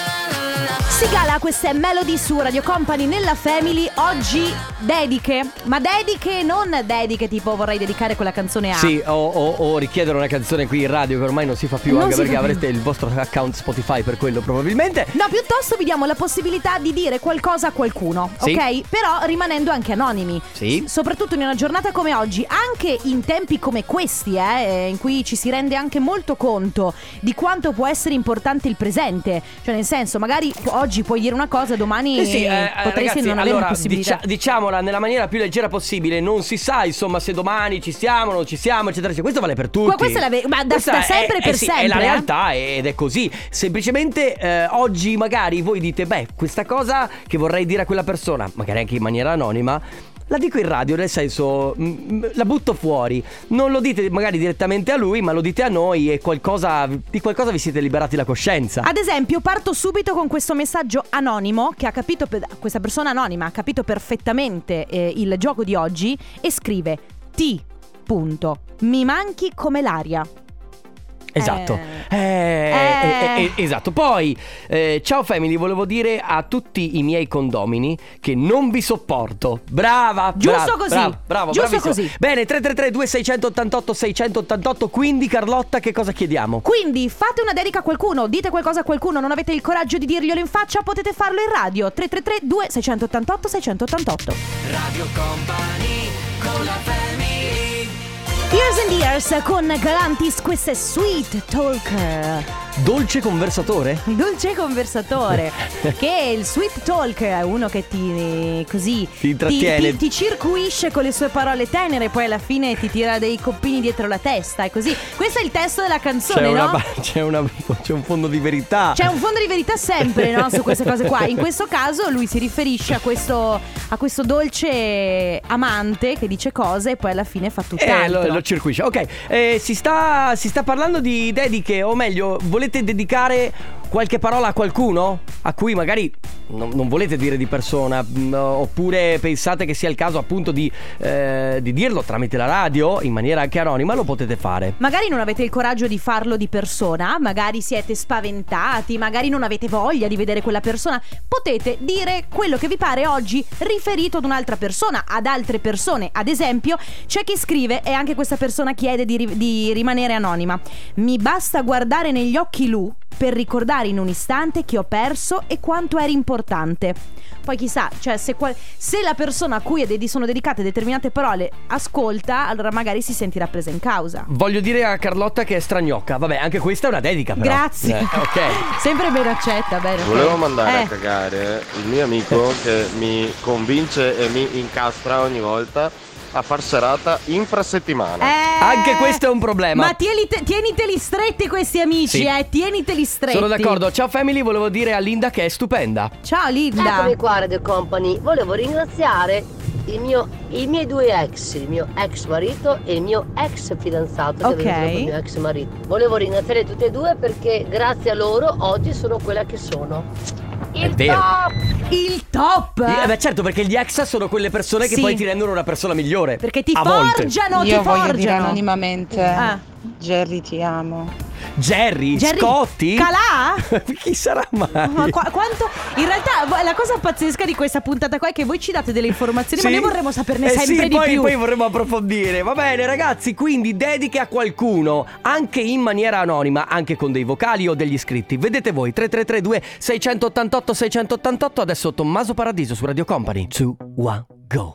[SPEAKER 2] Sigala, questa è Melody su Radio Company nella Family. Oggi dediche, ma dediche non dediche tipo vorrei dedicare quella canzone a...
[SPEAKER 1] Sì, o, o- o richiedere una canzone qui in radio che ormai non si fa più,
[SPEAKER 2] Non
[SPEAKER 1] anche
[SPEAKER 2] si
[SPEAKER 1] perché
[SPEAKER 2] fa più.
[SPEAKER 1] avrete il vostro account Spotify per quello probabilmente.
[SPEAKER 2] No, piuttosto vi diamo la possibilità di dire qualcosa a qualcuno,
[SPEAKER 1] Sì.
[SPEAKER 2] ok? Però rimanendo anche anonimi.
[SPEAKER 1] Sì.
[SPEAKER 2] S- soprattutto in una giornata come oggi, anche in tempi come questi, eh, in cui ci si rende anche molto conto di quanto può essere importante il presente. Cioè, nel senso, magari oggi puoi dire una cosa, domani
[SPEAKER 1] Eh sì, eh,
[SPEAKER 2] potresti
[SPEAKER 1] ragazzi,
[SPEAKER 2] non avere
[SPEAKER 1] allora,
[SPEAKER 2] la possibilità.
[SPEAKER 1] dicia- diciamola nella maniera più leggera possibile. Non si sa, insomma, se domani ci siamo, non ci siamo, eccetera, eccetera. Questo vale per tutti.
[SPEAKER 2] Qua- questa è la ve- ma da-
[SPEAKER 1] Questa
[SPEAKER 2] da
[SPEAKER 1] è-
[SPEAKER 2] sempre
[SPEAKER 1] eh,
[SPEAKER 2] per
[SPEAKER 1] sì,
[SPEAKER 2] sempre,
[SPEAKER 1] è la
[SPEAKER 2] eh.
[SPEAKER 1] realtà ed è così. Semplicemente eh, oggi magari voi dite: beh, questa cosa che vorrei dire a quella persona, magari anche in maniera anonima, la dico in radio, nel senso mm, la butto fuori. Non lo dite magari direttamente a lui, ma lo dite a noi e qualcosa, di qualcosa vi siete liberati la coscienza.
[SPEAKER 2] Ad esempio, parto subito con questo messaggio anonimo che ha capito, per- questa persona anonima ha capito perfettamente eh, il gioco di oggi e scrive: T. Punto. Mi manchi come l'aria.
[SPEAKER 1] Esatto.
[SPEAKER 2] Eh.
[SPEAKER 1] Eh,
[SPEAKER 2] Eh.
[SPEAKER 1] eh, eh, esatto. Poi eh, ciao family, volevo dire a tutti i miei condomini che non vi sopporto. Brava.
[SPEAKER 2] Giusto
[SPEAKER 1] brava,
[SPEAKER 2] così.
[SPEAKER 1] Bravo, bravo,
[SPEAKER 2] Giusto
[SPEAKER 1] bravissimo.
[SPEAKER 2] così.
[SPEAKER 1] Bene, tre tre tre due sei otto otto sei otto otto. Quindi Carlotta, che cosa chiediamo?
[SPEAKER 2] Quindi fate una dedica a qualcuno, dite qualcosa a qualcuno, non avete il coraggio di dirglielo in faccia, potete farlo in radio. tre tre tre due sei otto otto sei otto otto.
[SPEAKER 3] Radio Company con la family.
[SPEAKER 2] Years and Years con Galantis, questo è Sweet Talker.
[SPEAKER 1] Dolce conversatore?
[SPEAKER 2] Dolce conversatore. Che è il sweet talk, è uno che ti così
[SPEAKER 1] Ti intrattiene.
[SPEAKER 2] ti, ti circuisce con le sue parole tenere, poi alla fine ti tira dei coppini dietro la testa. È così. Questo è il testo della canzone,
[SPEAKER 1] C'è, una,
[SPEAKER 2] no?
[SPEAKER 1] c'è, una, c'è un fondo di verità.
[SPEAKER 2] C'è un fondo di verità sempre, no? Su queste cose qua. In questo caso lui si riferisce a questo, a questo dolce amante che dice cose e poi alla fine fa tutt'altro.
[SPEAKER 1] Eh, lo, lo circuisce. Ok, eh, si, sta, si sta parlando di dediche, o meglio, volete dedicare qualche parola a qualcuno a cui magari non, non volete dire di persona, mh, oppure pensate che sia il caso appunto di, eh, di dirlo tramite la radio in maniera anche anonima, lo potete fare.
[SPEAKER 2] Magari non avete il coraggio di farlo di persona, magari siete spaventati, magari non avete voglia di vedere quella persona. Potete dire quello che vi pare oggi riferito ad un'altra persona, ad altre persone. Ad esempio, c'è chi scrive e anche questa persona chiede di, ri- di rimanere anonima. Mi basta guardare negli occhi Lu per ricordare in un istante che ho perso e quanto eri importante. Poi chissà, cioè se, qual- se la persona a cui ed- sono dedicate determinate parole ascolta, allora magari si sentirà presa in causa.
[SPEAKER 1] Voglio dire a Carlotta che è stragnocca. Vabbè, anche questa è una dedica però.
[SPEAKER 2] Grazie.
[SPEAKER 1] Eh, ok.
[SPEAKER 2] Sempre ben accetta, bene.
[SPEAKER 9] Volevo mandare
[SPEAKER 2] Eh.
[SPEAKER 9] a cagare il mio amico che mi convince e mi incastra ogni volta a far serata infrasettimana.
[SPEAKER 2] Eh,
[SPEAKER 1] Anche questo è un problema.
[SPEAKER 2] Ma tienite, tieniteli stretti questi amici,
[SPEAKER 1] Sì.
[SPEAKER 2] eh, tieniteli stretti.
[SPEAKER 1] Sono d'accordo. Ciao family, volevo dire a Linda che è stupenda.
[SPEAKER 2] Ciao Linda.
[SPEAKER 10] Eccomi qua Radio Company, volevo ringraziare il mio, i miei due ex, il mio ex marito e il mio ex fidanzato
[SPEAKER 2] Ok.
[SPEAKER 10] che è venuto con il mio ex marito. Volevo ringraziare tutti e due perché grazie a loro oggi sono quella che sono.
[SPEAKER 1] È
[SPEAKER 10] Il
[SPEAKER 1] vero.
[SPEAKER 10] top!
[SPEAKER 2] Il top.
[SPEAKER 1] Eh, beh, certo, perché gli ex sono quelle persone che
[SPEAKER 2] Sì.
[SPEAKER 1] poi ti rendono una persona migliore.
[SPEAKER 2] Perché ti
[SPEAKER 1] a volte.
[SPEAKER 2] forgiano, ti
[SPEAKER 11] Io voglio
[SPEAKER 2] forgiano.
[SPEAKER 11] dire anonimamente,
[SPEAKER 2] Ah.
[SPEAKER 11] Jerry ti amo.
[SPEAKER 1] Jerry,
[SPEAKER 2] Jerry
[SPEAKER 1] Scotti?
[SPEAKER 2] Calà?
[SPEAKER 1] Chi sarà mai?
[SPEAKER 2] Ma qua- quanto in realtà la cosa pazzesca di questa puntata qua è che voi ci date delle informazioni, ma
[SPEAKER 1] Sì?
[SPEAKER 2] noi vorremmo saperne
[SPEAKER 1] Eh
[SPEAKER 2] sempre
[SPEAKER 1] sì,
[SPEAKER 2] di
[SPEAKER 1] poi,
[SPEAKER 2] più.
[SPEAKER 1] poi vorremmo approfondire. Va bene ragazzi, quindi dediche a qualcuno, anche in maniera anonima, anche con dei vocali o degli scritti. Vedete voi, tre tre tre due sei otto otto sei otto otto. Adesso Tommaso Paradiso su Radio Company. two, one, go.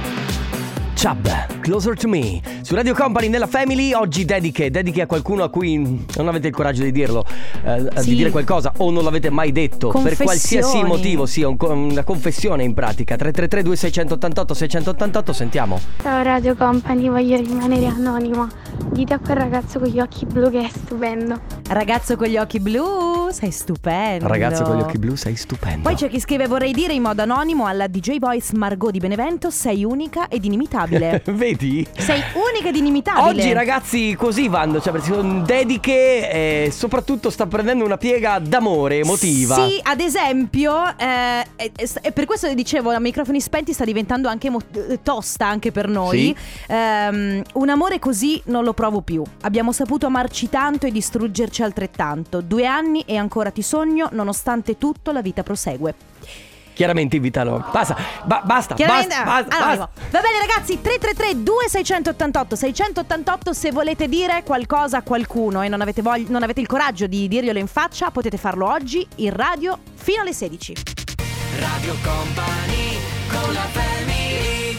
[SPEAKER 1] Chubb, Closer to Me. Su Radio Company nella Family. Oggi dediche, dediche a qualcuno a cui non avete il coraggio di dirlo, eh,
[SPEAKER 2] Sì.
[SPEAKER 1] di dire qualcosa, o non l'avete mai detto per
[SPEAKER 2] Confessioni.
[SPEAKER 1] qualsiasi motivo, sia un, una confessione in pratica. Tre tre tre due sei otto otto sei otto otto. Sentiamo.
[SPEAKER 12] Ciao Radio Company, voglio rimanere anonima. Dite a quel ragazzo con gli occhi blu che è stupendo.
[SPEAKER 2] Ragazzo con gli occhi blu, sei stupendo.
[SPEAKER 1] Ragazzo con gli occhi blu, sei stupendo.
[SPEAKER 2] Poi c'è chi scrive: vorrei dire in modo anonimo alla D J Voice Margot di Benevento, sei unica ed inimitabile.
[SPEAKER 1] Vedi?
[SPEAKER 2] Sei unica ed inimitabile.
[SPEAKER 1] Oggi ragazzi così vanno, cioè perché sono dediche e soprattutto sta prendendo una piega d'amore emotiva.
[SPEAKER 2] Sì, ad esempio, eh, e, e per questo dicevo, a microfoni spenti sta diventando anche emo- tosta anche per noi.
[SPEAKER 1] Sì.
[SPEAKER 2] Ehm, un amore così non lo provo più. Abbiamo saputo amarci tanto e distruggerci altrettanto. Due anni e ancora ti sogno, nonostante tutto la vita prosegue.
[SPEAKER 1] Chiaramente invitalo. Basta, ba- basta,
[SPEAKER 2] Chiaramente,
[SPEAKER 1] basta, basta,
[SPEAKER 2] ah,
[SPEAKER 1] basta.
[SPEAKER 2] va bene ragazzi, tre tre tre due sei otto otto sei otto otto. Se volete dire qualcosa a qualcuno e non avete, voglia, non avete il coraggio di dirglielo in faccia, potete farlo oggi in radio fino alle sedici.
[SPEAKER 3] Radio Company con la family.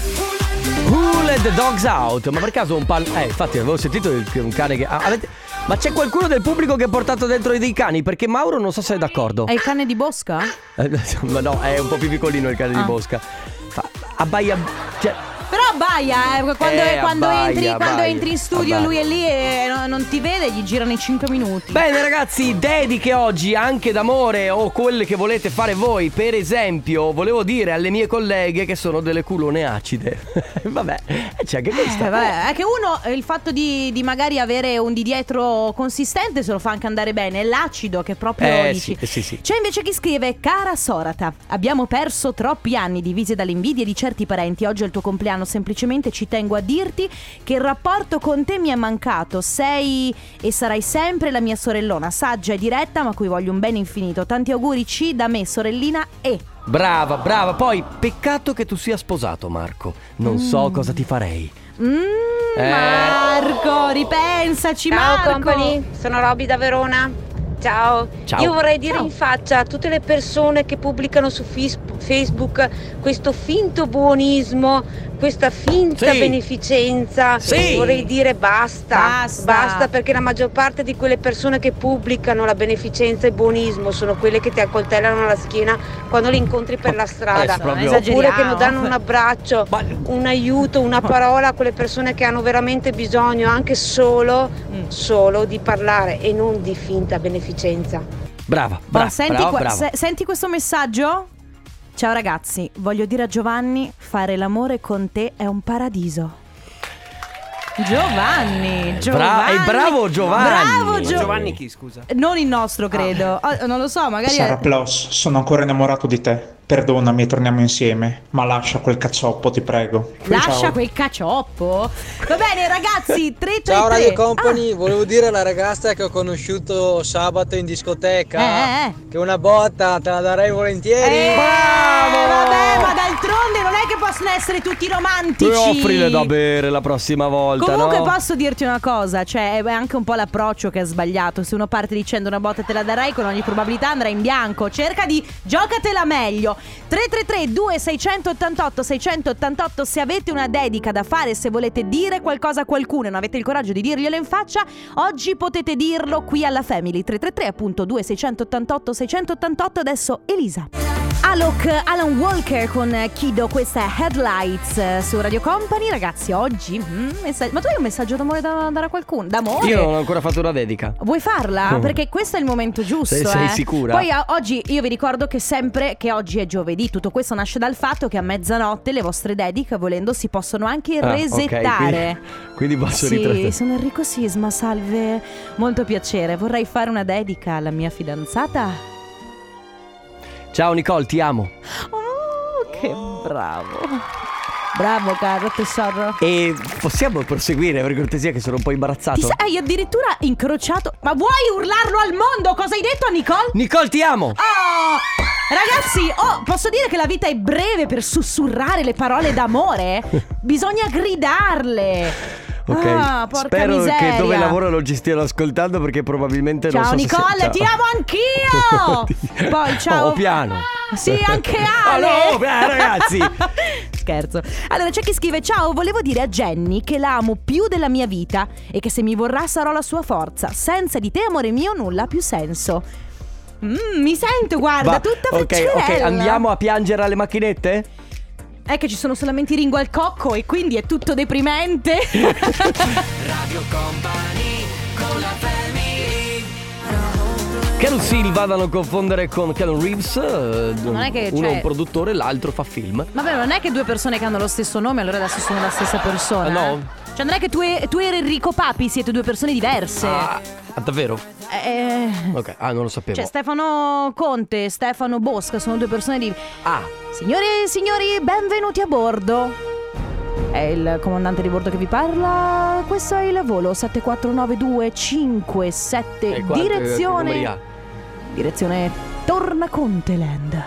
[SPEAKER 1] Who let the dogs out? Ma per caso un pal... Eh, infatti avevo sentito il- un cane che... ah, avete... Ma c'è qualcuno del pubblico che ha portato dentro dei cani? Perché Mauro non so se è d'accordo.
[SPEAKER 2] È il cane di Bosca?
[SPEAKER 1] Eh, ma no, è un po' più piccolino il cane
[SPEAKER 2] Ah.
[SPEAKER 1] di Bosca. Fa... Abbaia... Cioè...
[SPEAKER 2] Però abbaia, eh, quando,
[SPEAKER 1] Eh,
[SPEAKER 2] quando,
[SPEAKER 1] abbaia,
[SPEAKER 2] entri, quando
[SPEAKER 1] abbaia,
[SPEAKER 2] entri in studio
[SPEAKER 1] abbaia.
[SPEAKER 2] lui è lì e no- non ti vede, gli girano i cinque minuti.
[SPEAKER 1] Bene ragazzi, dediche oggi anche d'amore o quelle che volete fare voi. Per esempio, volevo dire alle mie colleghe che sono delle culone acide. Vabbè, c'è anche questa.
[SPEAKER 2] Eh, vabbè, è che uno eh, il fatto di, di magari avere un di dietro consistente se lo fa anche andare bene. È l'acido che proprio
[SPEAKER 1] Eh,
[SPEAKER 2] dici.
[SPEAKER 1] sì, sì, sì.
[SPEAKER 2] C'è invece chi scrive: cara Sorata, abbiamo perso troppi anni divisi dalle invidie di certi parenti. Oggi è il tuo compleanno, semplicemente ci tengo a dirti che il rapporto con te mi è mancato. Sei e sarai sempre la mia sorellona, saggia e diretta, ma a cui voglio un bene infinito. Tanti auguri C da me, sorellina E.
[SPEAKER 1] Brava, brava. Poi, peccato che tu sia sposato, Marco. Non so cosa ti farei.
[SPEAKER 2] Mm,
[SPEAKER 1] Eh.
[SPEAKER 2] Marco, ripensaci.
[SPEAKER 13] Ciao
[SPEAKER 2] Marco.
[SPEAKER 13] company, sono Roby da Verona. Ciao.
[SPEAKER 1] Ciao.
[SPEAKER 13] Io vorrei dire
[SPEAKER 2] Ciao.
[SPEAKER 13] in faccia a tutte le persone che pubblicano su Fis-
[SPEAKER 11] Facebook questo finto buonismo, questa finta
[SPEAKER 1] Sì.
[SPEAKER 11] beneficenza.
[SPEAKER 1] Sì.
[SPEAKER 11] Vorrei dire basta,
[SPEAKER 2] Basta.
[SPEAKER 11] basta, perché la maggior parte di quelle persone che pubblicano la beneficenza e il buonismo sono quelle che ti accoltellano la schiena quando li incontri per la strada,
[SPEAKER 1] Adesso proprio-
[SPEAKER 11] oppure che non
[SPEAKER 2] Esageriamo.
[SPEAKER 11] danno un abbraccio,
[SPEAKER 1] Ma-
[SPEAKER 11] un aiuto, una parola a quelle persone che hanno veramente bisogno anche solo, solo di parlare e non di finta beneficenza.
[SPEAKER 1] Brava, brava,
[SPEAKER 2] Oh, senti,
[SPEAKER 1] brava,
[SPEAKER 2] qua-
[SPEAKER 1] brava.
[SPEAKER 2] se- senti questo messaggio? Ciao ragazzi, voglio dire a Giovanni, fare l'amore con te è un paradiso. Giovanni,
[SPEAKER 1] Bra-
[SPEAKER 2] Giovanni.
[SPEAKER 1] e bravo Giovanni.
[SPEAKER 2] Bravo Gio-
[SPEAKER 13] Giovanni chi, scusa?
[SPEAKER 2] Non il nostro, credo. Oh, non lo so, magari
[SPEAKER 14] Sara Plaus, sono ancora innamorato di te. Perdonami, torniamo insieme, ma lascia quel cazzoppo, ti prego.
[SPEAKER 2] lascia
[SPEAKER 14] Ciao.
[SPEAKER 2] quel cacioppo. Va bene, ragazzi, tre tre tre.
[SPEAKER 15] Ciao Radio
[SPEAKER 2] Ah,
[SPEAKER 15] Company, volevo dire alla ragazza che ho conosciuto sabato in discoteca
[SPEAKER 2] Eh, eh.
[SPEAKER 15] che una botta te la darei volentieri.
[SPEAKER 2] Eh, vabbè, ma d'altronde non è che possono essere tutti romantici.
[SPEAKER 1] E offrile da bere la prossima volta,
[SPEAKER 2] Comunque
[SPEAKER 1] no?
[SPEAKER 2] posso dirti una cosa, cioè è anche un po' l'approccio che è sbagliato. Se uno parte dicendo una botta te la darai, con ogni probabilità andrà in bianco. Cerca di giocatela meglio. tre tre tre due sei otto otto sei otto otto. Se avete una dedica da fare, se volete dire qualcosa a qualcuno e non avete il coraggio di dirglielo in faccia, oggi potete dirlo qui alla Family. Tre tre tre appunto due sei otto otto sei otto otto. Adesso Elisa. Alok, Alan Walker con Kido, questa è Headlights eh, su Radio Company. Ragazzi, oggi mm, messa- ma tu hai un messaggio d'amore da dare a qualcuno? D'amore?
[SPEAKER 1] Io non ho ancora fatto una dedica.
[SPEAKER 2] Vuoi farla? Perché questo è il momento giusto.
[SPEAKER 1] Sei- sei
[SPEAKER 2] eh.
[SPEAKER 1] sicura?
[SPEAKER 2] Poi a- oggi io vi ricordo che sempre che oggi è giovedì. Tutto questo nasce dal fatto che a mezzanotte le vostre dediche, volendo, si possono anche
[SPEAKER 1] Ah, ok,
[SPEAKER 2] resettare.
[SPEAKER 1] quindi, quindi posso
[SPEAKER 2] Sì,
[SPEAKER 1] ritrattare.
[SPEAKER 2] sono Enrico Sisma, salve. Molto piacere. Vorrei fare una dedica alla mia fidanzata.
[SPEAKER 1] Ciao Nicole, ti amo.
[SPEAKER 2] Oh, che bravo. Bravo caro tesoro.
[SPEAKER 1] E possiamo proseguire per cortesia che sono un po' imbarazzato.
[SPEAKER 2] Ti sei addirittura incrociato. Ma vuoi urlarlo al mondo? Cosa hai detto a Nicole?
[SPEAKER 1] Nicole, ti amo.
[SPEAKER 2] Oh! Ragazzi, oh, posso dire che la vita è breve per sussurrare le parole d'amore? Bisogna gridarle.
[SPEAKER 1] Ok,
[SPEAKER 2] Ah, porca
[SPEAKER 1] spero
[SPEAKER 2] miseria.
[SPEAKER 1] che dove lavoro non ci stiano ascoltando, perché probabilmente non
[SPEAKER 2] Ciao
[SPEAKER 1] so
[SPEAKER 2] Nicole,
[SPEAKER 1] se...
[SPEAKER 2] ti amo anch'io. Poi ciao.
[SPEAKER 1] Oh, piano.
[SPEAKER 2] Sì, anche Ale.
[SPEAKER 1] Oh, no, piano, ragazzi.
[SPEAKER 2] Scherzo. Allora c'è chi scrive: ciao, volevo dire a Jenny che la amo più della mia vita e che se mi vorrà sarò la sua forza. Senza di te, amore mio, nulla ha più senso. Mm, mi sento, guarda,
[SPEAKER 1] Va,
[SPEAKER 2] tutta
[SPEAKER 1] ok,
[SPEAKER 2] freccerella.
[SPEAKER 1] ok, andiamo a piangere alle macchinette?
[SPEAKER 2] È che ci sono solamente i Ringo al cocco e quindi è tutto deprimente.
[SPEAKER 3] Radio Company con la family.
[SPEAKER 1] Carol Silva da non confondere con Keanu Reeves, eh,
[SPEAKER 2] Non è che,
[SPEAKER 1] uno
[SPEAKER 2] cioè-
[SPEAKER 1] è un produttore, l'altro fa film.
[SPEAKER 2] Vabbè, non è che due persone che hanno lo stesso nome allora adesso sono la stessa persona.
[SPEAKER 1] Ah, no?
[SPEAKER 2] eh? Cioè non è che tu e, tu e Enrico Papi siete due persone diverse.
[SPEAKER 1] Ah, davvero?
[SPEAKER 2] Eh,
[SPEAKER 1] Ok, ah, non lo sapevo.
[SPEAKER 2] Cioè Stefano Conte e Stefano Bosca sono due persone di...
[SPEAKER 1] Ah,
[SPEAKER 2] Signore e signori, benvenuti a bordo. È il comandante di bordo che vi parla. Questo è il volo sette quattro nove due cinque sette.
[SPEAKER 1] E qua- eh,
[SPEAKER 2] Direzione
[SPEAKER 1] numeri A.
[SPEAKER 2] Direzione Tornaconteland.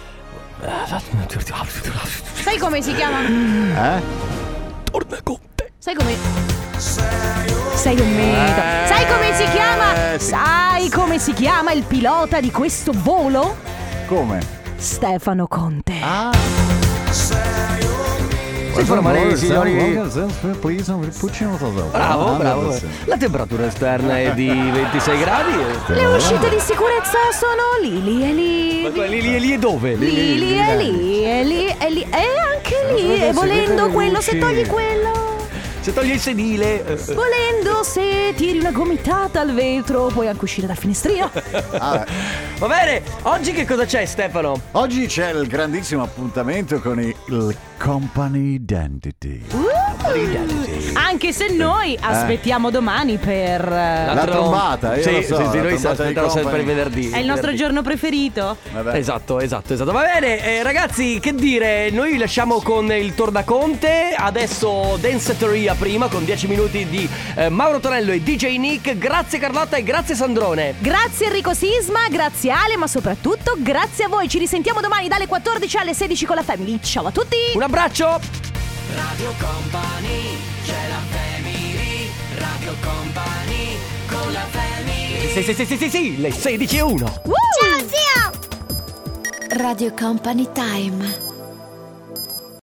[SPEAKER 2] Sai come si chiama?
[SPEAKER 1] Eh?
[SPEAKER 2] Tornaconte. Sai come... Sei un mito.
[SPEAKER 1] Eh,
[SPEAKER 2] Sai come si chiama?
[SPEAKER 16] sì.
[SPEAKER 2] Sai come si chiama il pilota di questo volo?
[SPEAKER 16] Come?
[SPEAKER 2] Stefano Conte.
[SPEAKER 16] Ah.
[SPEAKER 1] Si informare i signori. Bravo, bravo. La temperatura esterna è di ventisei gradi.
[SPEAKER 2] Le uscite di sicurezza sono Lili e lì.
[SPEAKER 1] Ma qua, lì, lì, lì e dove?
[SPEAKER 2] Lili e lì e lì e lì e anche lì. E volendo quello, se togli quello.
[SPEAKER 1] Se togli il sedile. eh,
[SPEAKER 2] Volendo, se tiri una gomitata al vetro, puoi anche uscire dal finestrino.
[SPEAKER 16] Ah,
[SPEAKER 1] Va bene, oggi che cosa c'è, Stefano?
[SPEAKER 16] oggi c'è il grandissimo appuntamento con il, il Company Identity.
[SPEAKER 2] Anche se noi aspettiamo domani per...
[SPEAKER 16] La trombata, io
[SPEAKER 1] sì,
[SPEAKER 16] lo so,
[SPEAKER 1] sì, sì,
[SPEAKER 16] la
[SPEAKER 1] noi
[SPEAKER 16] trombata
[SPEAKER 1] aspettiamo
[SPEAKER 16] di
[SPEAKER 1] sempre il
[SPEAKER 16] Company.
[SPEAKER 1] venerdì.
[SPEAKER 2] È il nostro
[SPEAKER 1] venerdì.
[SPEAKER 2] giorno preferito.
[SPEAKER 16] Vabbè.
[SPEAKER 1] Esatto, esatto, esatto. Va bene, eh, ragazzi, che dire? Noi lasciamo con il Tornaconte. Adesso Danceteria prima, con dieci minuti di eh, Mauro Tonello e D J Nick. Grazie Carlotta e grazie Sandrone.
[SPEAKER 2] Grazie Enrico Sisma, grazie Ale, ma soprattutto grazie a voi. Ci risentiamo domani dalle quattordici alle sedici con la Family. Ciao a tutti.
[SPEAKER 1] Un abbraccio.
[SPEAKER 3] Radio Company, c'è la family. Radio Company con la family.
[SPEAKER 1] Sì, sì, sì, sì, sì, sì, le sedici e uno.
[SPEAKER 2] Ciao zio.
[SPEAKER 7] Radio Company Time.